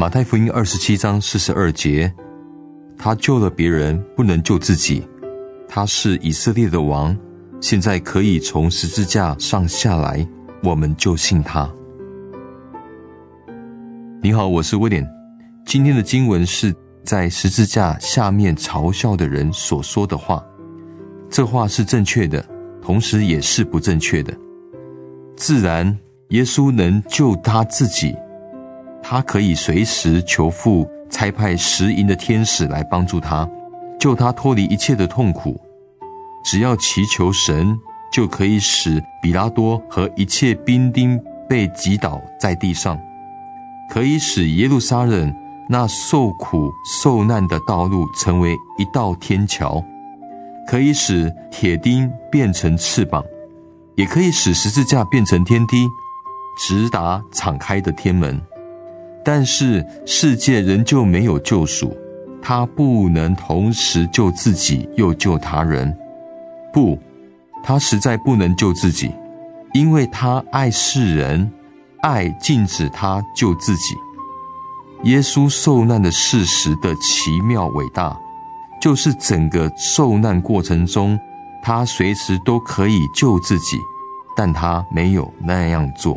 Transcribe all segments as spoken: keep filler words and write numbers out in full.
马太福音二十七章四十二节，他救了别人，不能救自己。他是以色列的王，现在可以从十字架上下来，我们就信他。你好，我是威廉。今天的经文是在十字架下面嘲笑的人所说的话，这话是正确的，同时也是不正确的。自然耶稣能救他自己，他可以随时求父差派十营的天使来帮助他，救他脱离一切的痛苦。只要祈求神，就可以使比拉多和一切兵丁被击倒在地上，可以使耶路撒冷那受苦受难的道路成为一道天桥，可以使铁钉变成翅膀，也可以使十字架变成天梯，直达敞开的天门。但是世界仍旧没有救赎，他不能同时救自己又救他人。不，他实在不能救自己，因为他爱世人，爱禁止他救自己。耶稣受难的事实的奇妙伟大，就是整个受难过程中，他随时都可以救自己，但他没有那样做。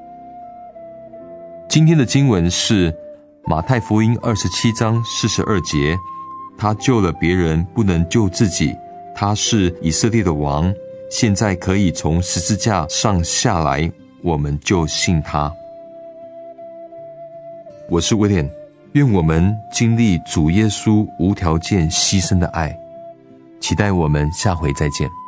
今天的经文是马太福音二十七章四十二节，他救了别人，不能救自己。他是以色列的王，现在可以从十字架上下来，我们就信他。我是威廉，愿我们经历主耶稣无条件牺牲的爱，期待我们下回再见。